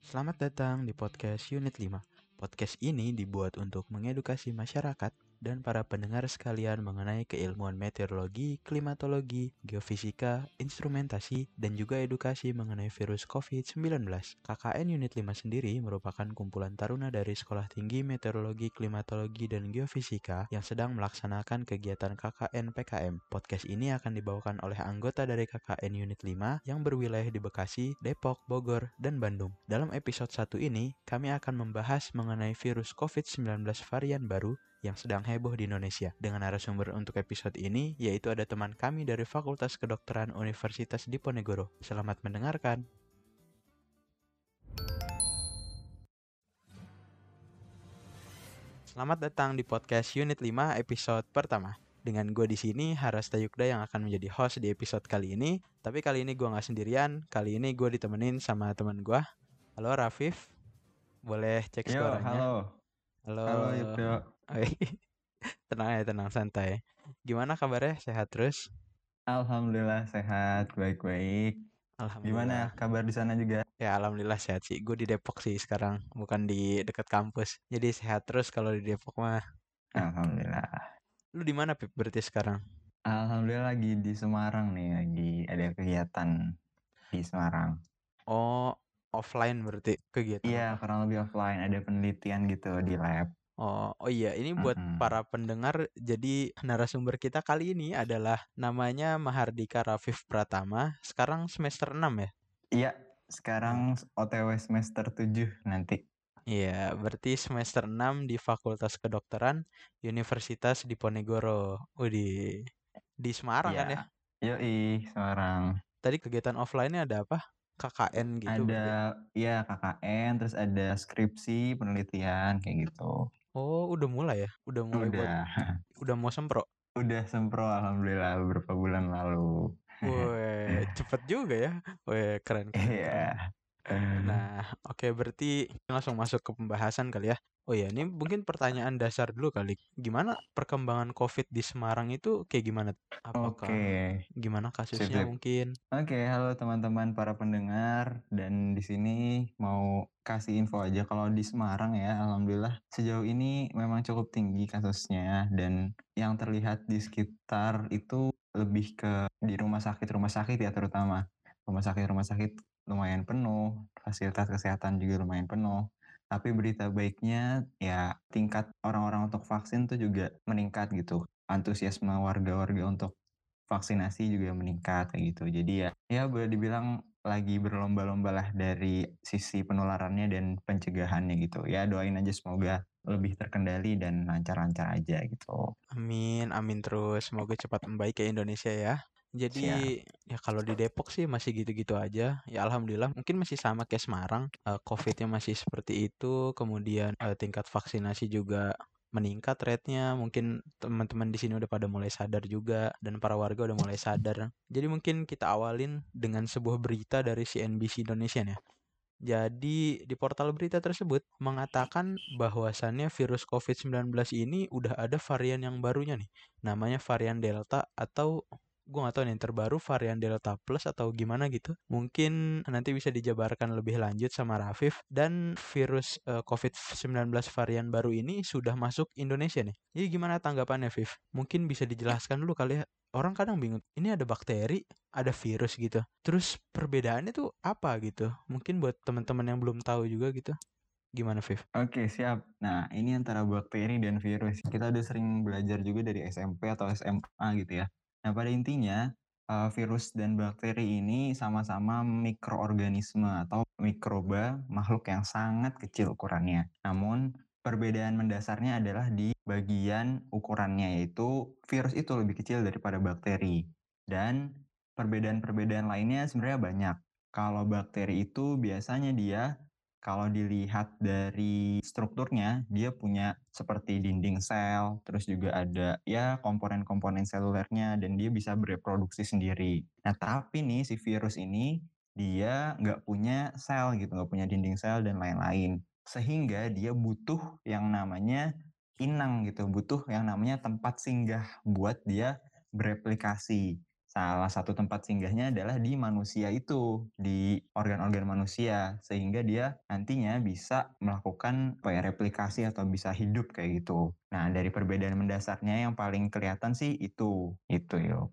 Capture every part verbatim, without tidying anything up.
Selamat datang di podcast Unit lima. Podcast ini dibuat untuk mengedukasi masyarakat dan para pendengar sekalian mengenai keilmuan meteorologi, klimatologi, geofisika, instrumentasi, dan juga edukasi mengenai virus covid sembilan belas. K K N Unit lima sendiri merupakan kumpulan taruna dari Sekolah Tinggi Meteorologi, Klimatologi, dan Geofisika yang sedang melaksanakan kegiatan K K N P K M. Podcast ini akan dibawakan oleh anggota dari K K N Unit lima yang berwilayah di Bekasi, Depok, Bogor, dan Bandung. Dalam episode satu ini, kami akan membahas mengenai virus covid sembilan belas varian baru yang sedang heboh di Indonesia. Dengan narasumber untuk episode ini, yaitu ada teman kami dari Fakultas Kedokteran Universitas Diponegoro. Selamat mendengarkan. Selamat datang di podcast Unit lima episode pertama. Dengan gue di sini, Haras Tayukda yang akan menjadi host di episode kali ini. Tapi kali ini gue nggak sendirian. Kali ini gue ditemenin sama teman gue. Halo Rafif, boleh cek Yo, suaranya? halo. Halo. Halo, Yukdo. Tenang ya, tenang, santai. Gimana kabarnya? Sehat terus? Alhamdulillah sehat, baik-baik. Alhamdulillah. Gimana kabar di sana juga? Ya alhamdulillah sehat sih. Gue di Depok sih sekarang, bukan di dekat kampus. Jadi sehat terus kalau di Depok mah. Alhamdulillah. Lu di mana Pip berarti sekarang? Alhamdulillah lagi di Semarang nih, lagi ada kegiatan di Semarang. Oh, offline berarti kegiatan Iya, apa? kurang lebih offline, ada penelitian gitu di lab. Oh, oh iya, ini buat Mm-mm. para pendengar. Jadi narasumber kita kali ini adalah namanya Mahardika Rafif Pratama. Sekarang semester enam ya? Iya, sekarang Oh. O T W semester tujuh nanti. Iya, berarti semester enam di Fakultas Kedokteran Universitas Diponegoro. Oh, di di Semarang kan ya? Iya, yoi, Semarang. Tadi kegiatan offline-nya ada apa? K K N gitu Ada, berarti. ya K K N, terus ada skripsi, penelitian, kayak gitu. Oh, udah mulai ya? Udah mulai buat Udah. udah mau sempro. Udah sempro alhamdulillah beberapa bulan lalu. Weh, cepet juga ya. Weh, keren keren keren. Iya. Nah, oke berarti langsung masuk ke pembahasan kali ya. Oh ya, ini mungkin pertanyaan dasar dulu kali. Gimana perkembangan COVID di Semarang itu kayak gimana? Oke. Apakah gimana Sip, kasusnya sip. mungkin? Oke, halo teman-teman para pendengar, dan di sini mau kasih info aja kalau di Semarang ya, alhamdulillah sejauh ini memang cukup tinggi kasusnya, dan yang terlihat di sekitar itu lebih ke di rumah sakit-rumah sakit ya, terutama rumah sakit-rumah sakit lumayan penuh, fasilitas kesehatan juga lumayan penuh. Tapi berita baiknya ya tingkat orang-orang untuk vaksin tuh juga meningkat gitu. Antusiasme warga-warga untuk vaksinasi juga meningkat kayak gitu. Jadi ya, ya boleh dibilang lagi berlomba-lomba lah dari sisi penularannya dan pencegahannya gitu. Ya doain aja semoga lebih terkendali dan lancar-lancar aja gitu. Amin, amin terus. Semoga cepat membaik ya Indonesia ya. Siap. Jadi ya kalau di Depok sih masih gitu-gitu aja. Ya alhamdulillah mungkin masih sama kayak Semarang. Eh, COVID-nya masih seperti itu. Kemudian eh, tingkat vaksinasi juga meningkat rate-nya. Mungkin teman-teman di sini udah pada mulai sadar juga dan para warga udah mulai sadar. Jadi mungkin kita awalin dengan sebuah berita dari C N B C Indonesia ya. Jadi di portal berita tersebut mengatakan bahwasannya virus covid sembilan belas ini udah ada varian yang barunya nih. Namanya varian Delta atau gue gak tahu nih yang terbaru varian Delta Plus atau gimana gitu. Mungkin nanti bisa dijabarkan lebih lanjut sama Rafif. Dan virus eh, covid sembilan belas varian baru ini sudah masuk Indonesia nih. Jadi gimana tanggapannya Viv? Mungkin bisa dijelaskan dulu kali ya. Orang kadang bingung, ini ada bakteri, ada virus gitu. Terus perbedaannya tuh apa gitu? Mungkin buat teman-teman yang belum tahu juga gitu. Gimana, Viv? Oke, siap. Nah, ini antara bakteri dan virus. Kita udah sering belajar juga dari S M P atau S M A gitu ya. Nah, pada intinya, uh, virus dan bakteri ini sama-sama mikroorganisme atau mikroba makhluk yang sangat kecil ukurannya. Namun, perbedaan mendasarnya adalah di bagian ukurannya, yaitu virus itu lebih kecil daripada bakteri. Dan perbedaan-perbedaan lainnya sebenarnya banyak. Kalau bakteri itu biasanya dia kalau dilihat dari strukturnya, dia punya seperti dinding sel, terus juga ada ya komponen-komponen selulernya, dan dia bisa bereproduksi sendiri. Nah, tapi nih si virus ini, dia nggak punya sel gitu, nggak punya dinding sel dan lain-lain. Sehingga dia butuh yang namanya inang gitu, butuh yang namanya tempat singgah buat dia bereplikasi. salah satu tempat singgahnya adalah di manusia itu, di organ-organ manusia, sehingga dia nantinya bisa melakukan apa ya, replikasi atau bisa hidup kayak gitu. Nah, dari perbedaan mendasarnya yang paling kelihatan sih itu, itu yuk.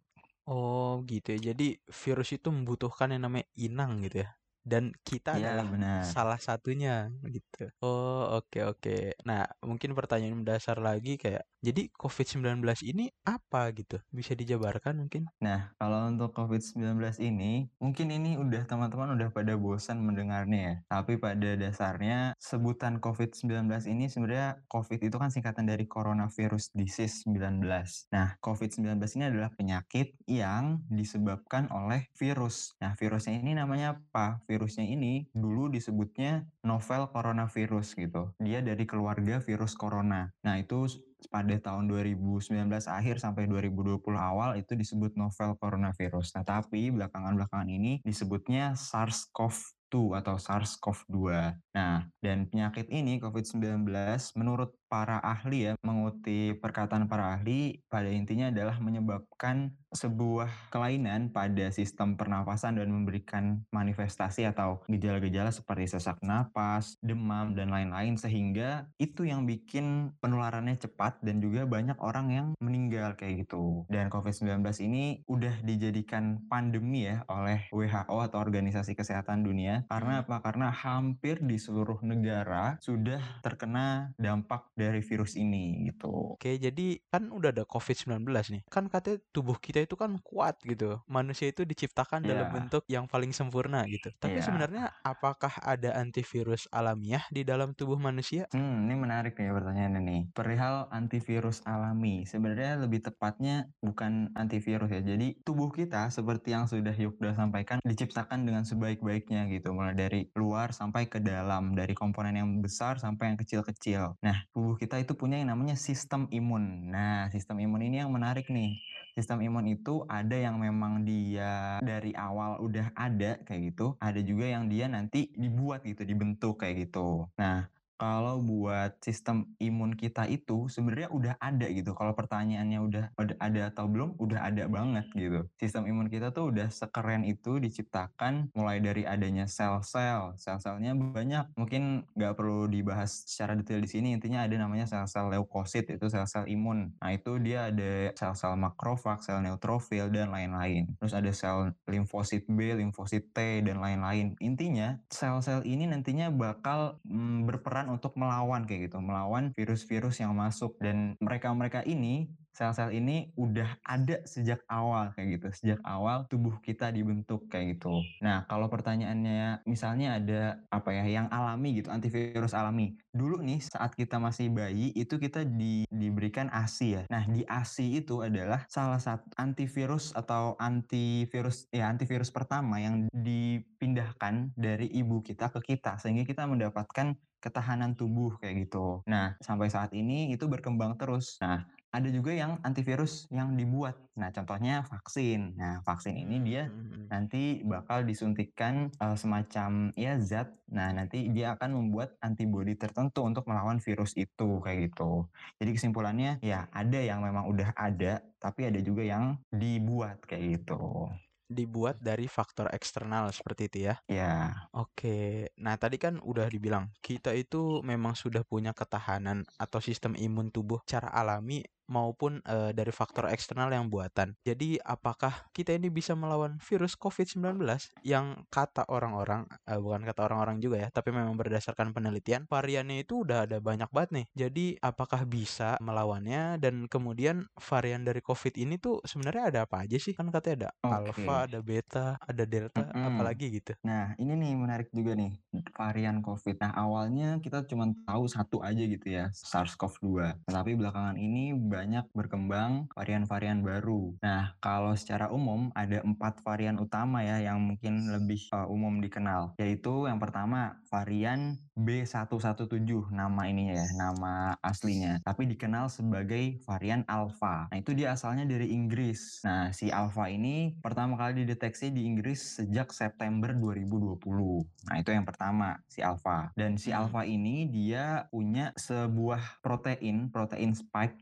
Oh gitu ya. Jadi virus itu membutuhkan yang namanya inang gitu ya. Dan kita Iya, adalah benar. salah satunya gitu. Oh oke oke. Nah mungkin pertanyaan mendasar lagi kayak, jadi covid sembilan belas ini apa gitu? Bisa dijabarkan mungkin? Nah, kalau untuk covid sembilan belas ini, mungkin ini udah teman-teman udah pada bosan mendengarnya ya. Tapi pada dasarnya sebutan covid sembilan belas ini sebenarnya COVID itu kan singkatan dari Coronavirus Disease sembilan belas. Nah, covid sembilan belas ini adalah penyakit yang disebabkan oleh virus. Nah, virusnya ini namanya apa? Virusnya ini dulu disebutnya novel coronavirus gitu. Dia dari keluarga virus corona. Nah, itu pada tahun dua ribu sembilan belas akhir sampai dua ribu dua puluh awal itu disebut novel coronavirus. Nah, tapi belakangan-belakangan ini disebutnya SARS-CoV dua atau SARS-CoV dua. Nah, dan penyakit ini covid sembilan belas menurut para ahli ya, mengutip perkataan para ahli, pada intinya adalah menyebabkan sebuah kelainan pada sistem pernafasan dan memberikan manifestasi atau gejala-gejala seperti sesak napas, demam, dan lain-lain, sehingga itu yang bikin penularannya cepat dan juga banyak orang yang meninggal kayak gitu. Dan covid sembilan belas ini udah dijadikan pandemi ya oleh W H O atau Organisasi Kesehatan Dunia. Karena Hmm. apa? Karena hampir di seluruh negara sudah terkena dampak dari virus ini gitu. Oke, jadi kan udah ada covid sembilan belas nih. Kan katanya tubuh kita itu kan kuat gitu. Manusia itu diciptakan dalam Iya, bentuk yang paling sempurna gitu. Tapi iya. sebenarnya apakah ada antivirus alamiah di dalam tubuh manusia? Hmm, ini menarik nih pertanyaannya nih. Perihal antivirus alami, sebenarnya lebih tepatnya bukan antivirus ya. Jadi tubuh kita seperti yang sudah Yukda sampaikan diciptakan dengan sebaik-baiknya gitu. Mulai dari luar sampai ke dalam, dari komponen yang besar sampai yang kecil-kecil. Nah, tubuh kita itu punya yang namanya sistem imun. Nah, sistem imun ini yang menarik nih. Sistem imun itu ada yang memang dia dari awal udah ada kayak gitu. Ada juga yang dia nanti dibuat gitu, dibentuk kayak gitu. Nah, kalau buat sistem imun kita itu sebenarnya udah ada gitu. Kalau pertanyaannya udah udah ada atau belum, udah ada banget gitu. Sistem imun kita tuh udah sekeren itu diciptakan mulai dari adanya sel-sel. Sel-selnya banyak. Mungkin nggak perlu dibahas secara detail di sini. Intinya ada namanya sel-sel leukosit, itu sel-sel imun. Nah, itu dia ada sel-sel makrofag, sel neutrofil, dan lain-lain. Terus ada sel limfosit B, limfosit T, dan lain-lain. Intinya, sel-sel ini nantinya bakal mm, berperan untuk melawan kayak gitu, melawan virus-virus yang masuk, dan mereka-mereka ini sel-sel ini udah ada sejak awal kayak gitu, sejak awal tubuh kita dibentuk kayak gitu. Nah, kalau pertanyaannya misalnya ada apa ya yang alami gitu, antivirus alami. Dulu nih saat kita masih bayi itu kita di, diberikan A S I ya. Nah, di A S I itu adalah salah satu antivirus atau antivirus ya antivirus pertama yang dipindahkan dari ibu kita ke kita sehingga kita mendapatkan ketahanan tubuh kayak gitu. Nah, sampai saat ini itu berkembang terus. Nah, ada juga yang antivirus yang dibuat. Nah, contohnya vaksin. Nah, vaksin ini Hmm, dia hmm, hmm. nanti bakal disuntikkan uh, semacam ya zat. Nah, nanti dia akan membuat antibodi tertentu untuk melawan virus itu kayak gitu. Jadi kesimpulannya ya ada yang memang udah ada, tapi ada juga yang dibuat kayak gitu. Dibuat dari faktor eksternal seperti itu ya. Ya, Oke, nah tadi kan udah dibilang kita itu memang sudah punya ketahanan atau sistem imun tubuh secara alami maupun eh, dari faktor eksternal yang buatan. Jadi apakah kita ini bisa melawan virus covid sembilan belas yang kata orang-orang, eh, bukan kata orang-orang juga ya, tapi memang berdasarkan penelitian, variannya itu udah ada banyak banget nih. Jadi apakah bisa melawannya dan kemudian varian dari COVID ini tuh sebenarnya ada apa aja sih? Kan katanya ada alpha, oke. ada beta, ada delta, Mm-mm. apalagi gitu. Nah, ini nih menarik juga nih, varian COVID. Nah, awalnya kita cuma tahu satu aja gitu ya, SARS-CoV dua. Tetapi belakangan ini banyak berkembang varian-varian baru. Nah, kalau secara umum ada empat varian utama ya yang mungkin lebih uh, umum dikenal. Yaitu yang pertama, varian B satu satu tujuh nama ininya ya, nama aslinya. Tapi dikenal sebagai varian Alpha. Nah, itu dia asalnya dari Inggris. Nah, si Alpha ini pertama kali dideteksi di Inggris sejak September dua ribu dua puluh. Nah, itu yang pertama, si alpha. Dan si Hmm. alpha ini dia punya sebuah protein, protein spike atau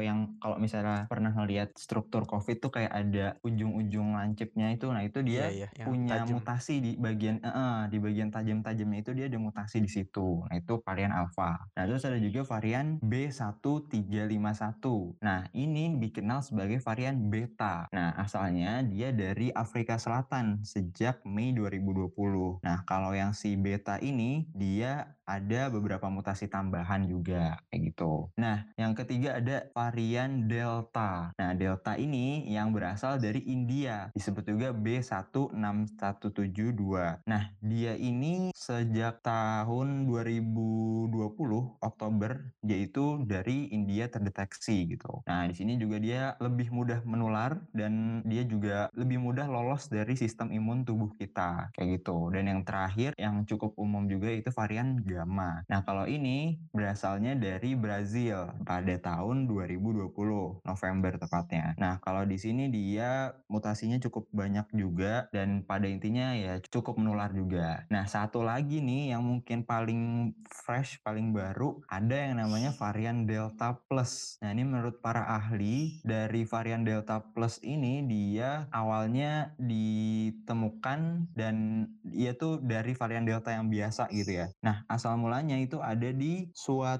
yang kalau misalnya pernah ngelihat struktur COVID tuh kayak ada ujung-ujung lancipnya itu, nah itu Iya dia iya, yang punya tajam. mutasi di bagian heeh, di bagian tajam-tajamnya itu dia ada mutasi di situ. Nah, itu varian Alpha. Nah, terus ada juga varian B satu tiga lima satu. Nah, ini dikenal sebagai varian Beta. Nah, asalnya dia dari Afrika Selatan sejak Mei dua ribu dua puluh. Nah, kalau yang si Beta ini dia ada beberapa mutasi tambahan juga kayak gitu. Nah, yang ketiga ada varian Delta. Nah, Delta ini yang berasal dari India, disebut juga B satu enam satu tujuh dua. Nah, dia ini sejak tahun dua ribu dua puluh Oktober dia itu dari India terdeteksi gitu. Nah, di sini juga dia lebih mudah menular dan dia juga lebih mudah lolos dari sistem imun tubuh kita kayak gitu. Dan yang terakhir yang cukup umum juga itu varian Gamma. Nah, kalau ini berasalnya dari Brazil pada tahun dua ribu dua puluh November tepatnya. Nah, kalau di sini dia mutasinya cukup banyak juga dan pada intinya ya cukup menular juga. Nah, satu lagi nih yang mungkin paling fresh, paling baru ada yang namanya varian Delta Plus. Nah, ini menurut para ahli dari varian Delta Plus ini dia awalnya ditemukan dan ia tuh dari varian Delta yang biasa gitu ya. Nah, asal mulanya itu ada di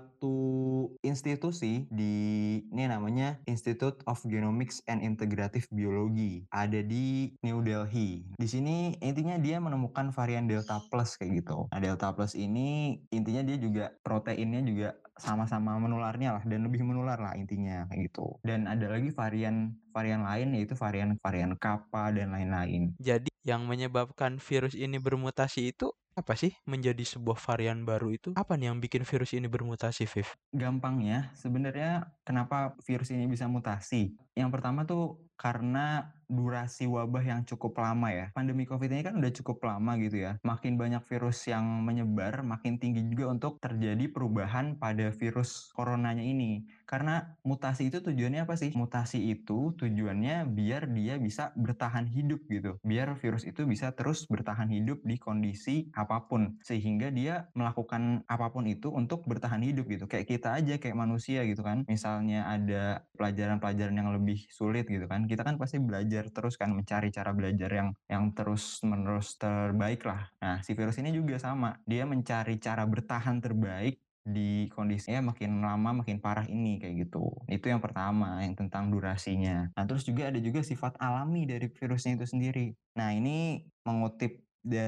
suatu institusi di ini namanya Institute of Genomics and Integrative Biology. Ada di New Delhi. Di sini intinya dia menemukan varian Delta Plus kayak gitu. Nah, Delta Plus ini intinya dia juga proteinnya juga sama-sama menularnya lah dan lebih menular lah intinya kayak gitu. Dan ada lagi varian varian lain yaitu varian varian Kappa dan lain-lain. Jadi yang menyebabkan virus ini bermutasi itu apa sih? Menjadi sebuah varian baru itu apa nih yang bikin virus ini bermutasi, Viv? Gampangnya sebenarnya kenapa virus ini bisa mutasi? Yang pertama tuh karena durasi wabah yang cukup lama ya. Pandemi COVID ini kan udah cukup lama gitu ya. Makin banyak virus yang menyebar, makin tinggi juga untuk terjadi perubahan pada virus coronanya ini. Karena mutasi itu tujuannya apa sih? Mutasi itu tujuannya biar dia bisa bertahan hidup gitu. Biar virus itu bisa terus bertahan hidup di kondisi apapun. Sehingga dia melakukan apapun itu untuk bertahan hidup gitu. Kayak kita aja, kayak manusia gitu kan. Misalnya ada pelajaran-pelajaran yang lebih sulit gitu kan. Kita kan pasti belajar terus kan, mencari cara belajar yang yang terus-menerus terbaik lah. Nah, si virus ini juga sama. Dia mencari cara bertahan terbaik di kondisinya makin lama makin parah ini kayak gitu. Itu yang pertama, yang tentang durasinya. Nah, terus juga ada juga sifat alami dari virusnya itu sendiri. Nah, ini mengutip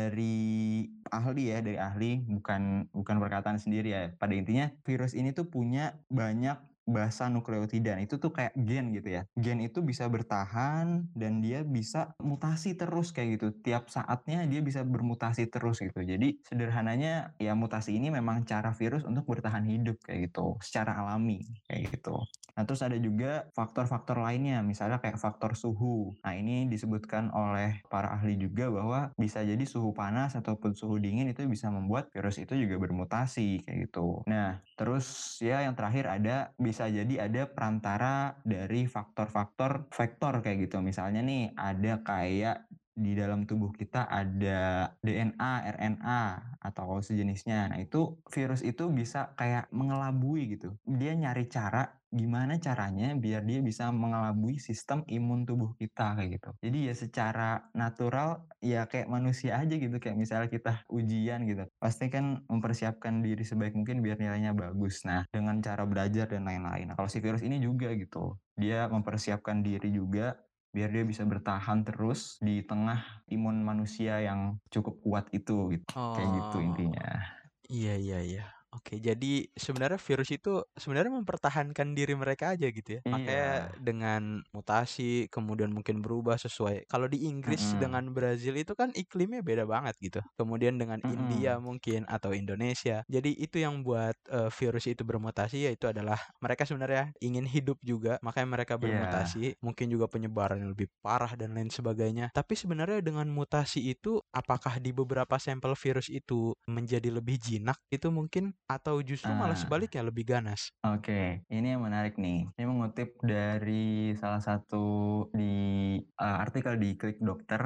dari ahli ya, dari ahli bukan bukan perkataan sendiri ya. Pada intinya virus ini tuh punya banyak basa nukleotida. Itu tuh kayak gen gitu ya. Gen itu bisa bertahan dan dia bisa mutasi terus kayak gitu. Tiap saatnya dia bisa bermutasi terus gitu. Jadi sederhananya ya mutasi ini memang cara virus untuk bertahan hidup kayak gitu. Secara alami kayak gitu. Nah, terus ada juga faktor-faktor lainnya, misalnya kayak faktor suhu. Nah, ini disebutkan oleh para ahli juga bahwa bisa jadi suhu panas ataupun suhu dingin itu bisa membuat virus itu juga bermutasi kayak gitu. Nah, terus ya yang terakhir ada bisa jadi ada perantara dari faktor-faktor vektor kayak gitu. Misalnya nih ada kayak di dalam tubuh kita ada D N A, R N A atau sejenisnya. Nah, itu virus itu bisa kayak mengelabui gitu. Dia nyari cara gimana caranya biar dia bisa mengelabui sistem imun tubuh kita kayak gitu. Jadi ya secara natural ya kayak manusia aja gitu, kayak misalnya kita ujian gitu. Pasti kan mempersiapkan diri sebaik mungkin biar nilainya bagus. Nah, dengan cara belajar dan lain-lain. Nah, kalau si virus ini juga gitu. Dia mempersiapkan diri juga biar dia bisa bertahan terus di tengah imun manusia yang cukup kuat itu gitu. Kayak gitu Oh, intinya. iya iya iya. Oke, jadi sebenarnya virus itu sebenarnya mempertahankan diri mereka aja gitu ya. Makanya Iya. dengan mutasi kemudian mungkin berubah sesuai. Kalau di Inggris Mm-mm. dengan Brazil itu kan iklimnya beda banget gitu. Kemudian dengan India Mm-mm. mungkin atau Indonesia. Jadi itu yang buat eh, virus itu bermutasi yaitu adalah mereka sebenarnya ingin hidup juga, makanya mereka Iya. bermutasi. Mungkin juga penyebaran yang lebih parah dan lain sebagainya. Tapi sebenarnya dengan mutasi itu apakah di beberapa sampel virus itu menjadi lebih jinak itu mungkin atau justru malah Ah. sebaliknya lebih ganas? Oke, ini yang menarik nih. Ini mengutip dari salah satu di uh, artikel di Klik Dokter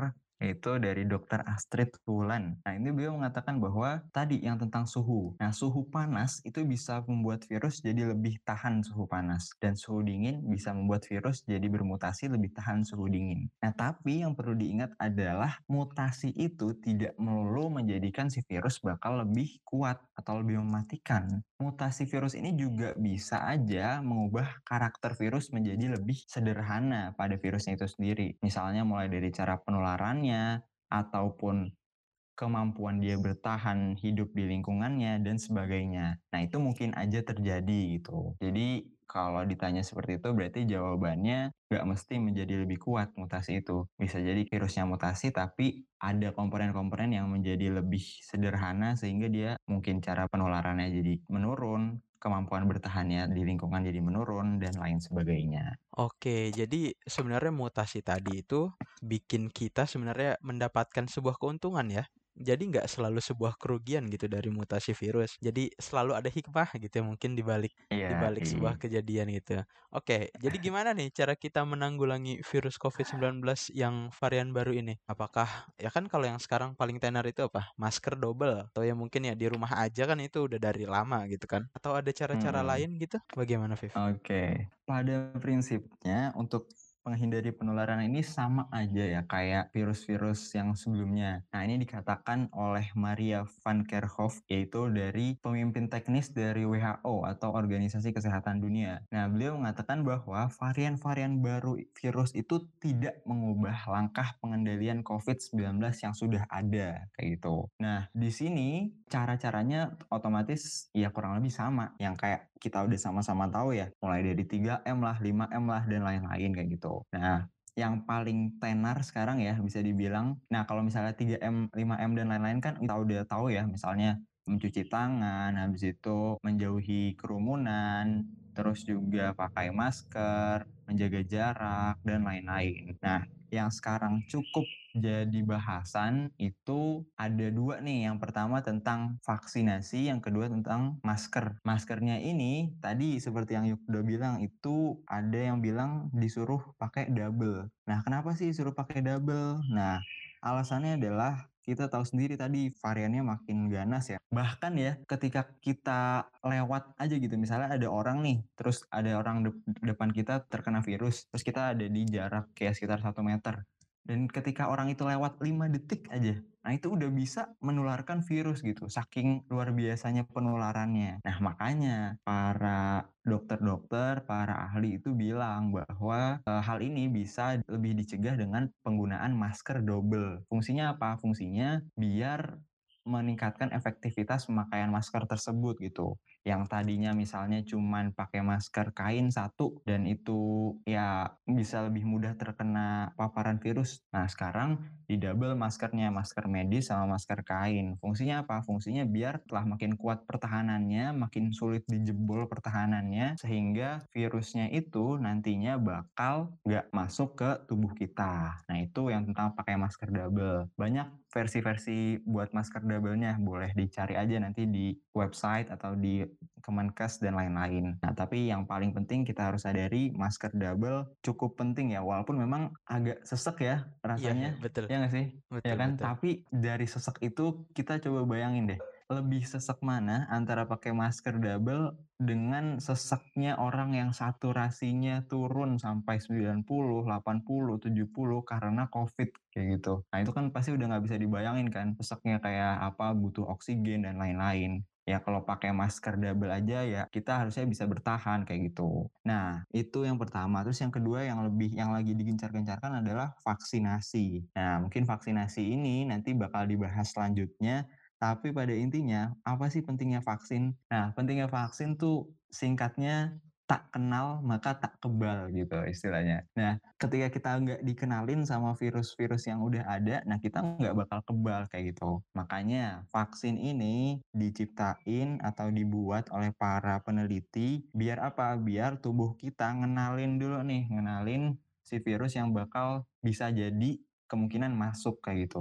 yaitu dari dokter Astrid Wulan. Nah, ini beliau mengatakan bahwa tadi yang tentang suhu. Nah, suhu panas itu bisa membuat virus jadi lebih tahan suhu panas. Dan suhu dingin bisa membuat virus jadi bermutasi lebih tahan suhu dingin. Nah, tapi yang perlu diingat adalah mutasi itu tidak melulu menjadikan si virus bakal lebih kuat atau lebih mematikan. Mutasi virus ini juga bisa aja mengubah karakter virus menjadi lebih sederhana pada virusnya itu sendiri. Misalnya mulai dari cara penularannya, ataupun kemampuan dia bertahan hidup di lingkungannya dan sebagainya. Nah, itu mungkin aja terjadi gitu. Jadi kalau ditanya seperti itu berarti jawabannya nggak mesti menjadi lebih kuat mutasi itu. Bisa jadi virusnya mutasi tapi ada komponen-komponen yang menjadi lebih sederhana sehingga dia mungkin cara penularannya jadi menurun, kemampuan bertahannya di lingkungan jadi menurun, dan lain sebagainya. Oke, jadi sebenarnya mutasi tadi itu bikin kita sebenarnya mendapatkan sebuah keuntungan ya. Jadi nggak selalu sebuah kerugian gitu dari mutasi virus. Jadi selalu ada hikmah gitu ya mungkin di balik di Iya, balik sebuah iya. kejadian gitu. Oke, jadi gimana nih cara kita menanggulangi virus covid sembilan belas yang varian baru ini? Apakah ya kan kalau yang sekarang paling tenar itu apa? Masker double atau ya mungkin ya di rumah aja kan itu udah dari lama gitu kan? Atau ada cara-cara Mm-mm. lain gitu? Bagaimana, Viv? Oke, pada prinsipnya untuk menghindari penularan ini sama aja ya kayak virus-virus yang sebelumnya. Nah, ini dikatakan oleh Maria van Kerkhove, yaitu dari pemimpin teknis dari W H O atau Organisasi Kesehatan Dunia. Nah, beliau mengatakan bahwa varian-varian baru virus itu tidak mengubah langkah pengendalian covid sembilan belas yang sudah ada, kayak gitu. Nah, di sini cara-caranya otomatis ya kurang lebih sama, yang kayak kita udah sama-sama tahu ya, mulai dari tiga M lah, lima M lah, dan lain-lain kayak gitu. Nah, yang paling tenar sekarang ya bisa dibilang, nah kalau misalnya tiga M, lima M, dan lain-lain kan kita udah tahu ya, misalnya mencuci tangan, habis itu menjauhi kerumunan, terus juga pakai masker, menjaga jarak, dan lain-lain. Nah, yang sekarang cukup jadi bahasan itu ada dua nih. Yang pertama tentang vaksinasi, yang kedua tentang masker. Maskernya ini tadi seperti yang Yuk udah bilang, itu ada yang bilang disuruh pakai double. Nah, kenapa sih disuruh pakai double? Nah, alasannya adalah kita tahu sendiri tadi variannya makin ganas ya. Bahkan ya ketika kita lewat aja gitu, misalnya ada orang nih, terus ada orang de- depan kita terkena virus, terus kita ada di jarak kayak sekitar satu meter. Dan ketika orang itu lewat lima detik aja, nah itu udah bisa menularkan virus gitu, saking luar biasanya penularannya. Nah, makanya para dokter-dokter, para ahli itu bilang bahwa e, hal ini bisa lebih dicegah dengan penggunaan masker double. Fungsinya apa? Fungsinya biar meningkatkan efektivitas pemakaian masker tersebut gitu. Yang tadinya misalnya cuman pakai masker kain satu dan itu ya bisa lebih mudah terkena paparan virus. Nah, sekarang di double maskernya, masker medis sama masker kain. Fungsinya apa? Fungsinya biar telah makin kuat pertahanannya, makin sulit dijebol pertahanannya, sehingga virusnya itu nantinya bakal nggak masuk ke tubuh kita. Nah, itu yang tentang pakai masker double. Banyak versi-versi buat masker double-nya, boleh dicari aja nanti di website atau di Kemenkes dan lain-lain. Nah, tapi yang paling penting kita harus sadari masker double cukup penting ya, walaupun memang agak sesek ya Iya ya, rasanya, betul. ya nggak sih? Ya Betul kan? betul. Tapi dari sesek itu kita coba bayangin deh, lebih sesek mana antara pakai masker double dengan seseknya orang yang saturasinya turun sampai sembilan puluh, delapan puluh, tujuh puluh karena COVID kayak gitu. Nah, itu kan pasti udah nggak bisa dibayangin kan seseknya kayak apa, butuh oksigen dan lain-lain. Ya kalau pakai masker double aja ya kita harusnya bisa bertahan kayak gitu. Nah, itu yang pertama. Terus yang kedua yang lebih yang lagi digencar-gencarkan adalah vaksinasi. Nah, mungkin vaksinasi ini nanti bakal dibahas selanjutnya. Tapi pada intinya, apa sih pentingnya vaksin? Nah, pentingnya vaksin tuh singkatnya tak kenal maka tak kebal gitu istilahnya. Nah, ketika kita nggak dikenalin sama virus-virus yang udah ada, nah kita nggak bakal kebal kayak gitu. Makanya vaksin ini diciptain atau dibuat oleh para peneliti biar apa? Biar tubuh kita ngenalin dulu nih, ngenalin si virus yang bakal bisa jadi kemungkinan masuk kayak gitu.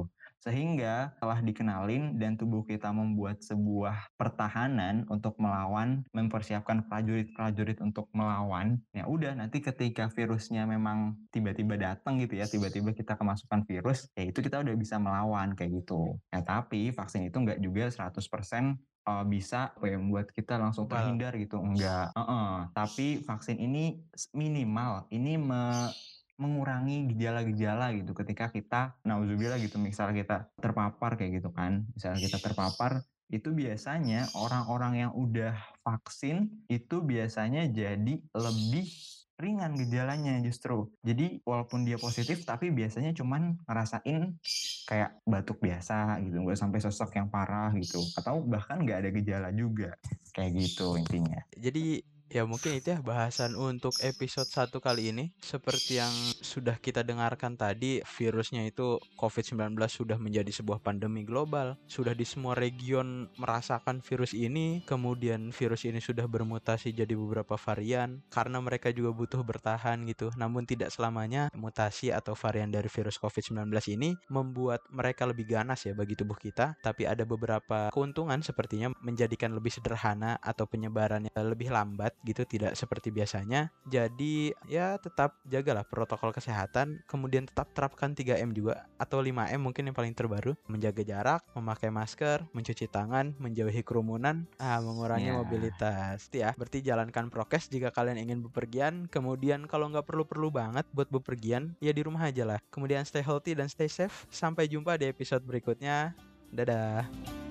Sehingga telah dikenalin dan tubuh kita membuat sebuah pertahanan untuk melawan, mempersiapkan prajurit-prajurit untuk melawan. Ya udah, nanti ketika virusnya memang tiba-tiba datang gitu ya, tiba-tiba kita kemasukan virus, ya itu kita udah bisa melawan kayak gitu. Ya tapi vaksin itu nggak juga seratus persen uh, bisa apa ya, membuat kita langsung Bal. terhindar gitu, enggak. Uh-uh. Tapi vaksin ini minimal, ini me mengurangi gejala-gejala gitu ketika kita nauzubillah gitu, misalnya kita terpapar kayak gitu kan, misalnya kita terpapar, itu biasanya orang-orang yang udah vaksin itu biasanya jadi lebih ringan gejalanya justru. Jadi walaupun dia positif tapi biasanya cuman ngerasain kayak batuk biasa gitu, nggak sampai sesek yang parah gitu, atau bahkan nggak ada gejala juga kayak gitu intinya. Jadi ya mungkin itu ya bahasan untuk episode satu kali ini. Seperti yang sudah kita dengarkan tadi, virusnya itu covid sembilan belas sudah menjadi sebuah pandemi global. Sudah di semua region merasakan virus ini. Kemudian virus ini sudah bermutasi jadi beberapa varian. Karena mereka juga butuh bertahan gitu. Namun tidak selamanya mutasi atau varian dari virus covid sembilan belas ini membuat mereka lebih ganas ya bagi tubuh kita. Tapi ada beberapa keuntungan sepertinya menjadikan lebih sederhana atau penyebarannya lebih lambat gitu, tidak seperti biasanya. Jadi ya tetap jagalah protokol kesehatan, kemudian tetap terapkan tiga M juga atau lima M mungkin yang paling terbaru. Menjaga jarak, memakai masker, mencuci tangan, menjauhi kerumunan, ah, mengurangi Ya. mobilitas. Itu ya, berarti jalankan prokes jika kalian ingin bepergian. Kemudian kalau nggak perlu-perlu banget buat bepergian, ya di rumah aja lah. Kemudian stay healthy dan stay safe. Sampai jumpa di episode berikutnya. Dadah.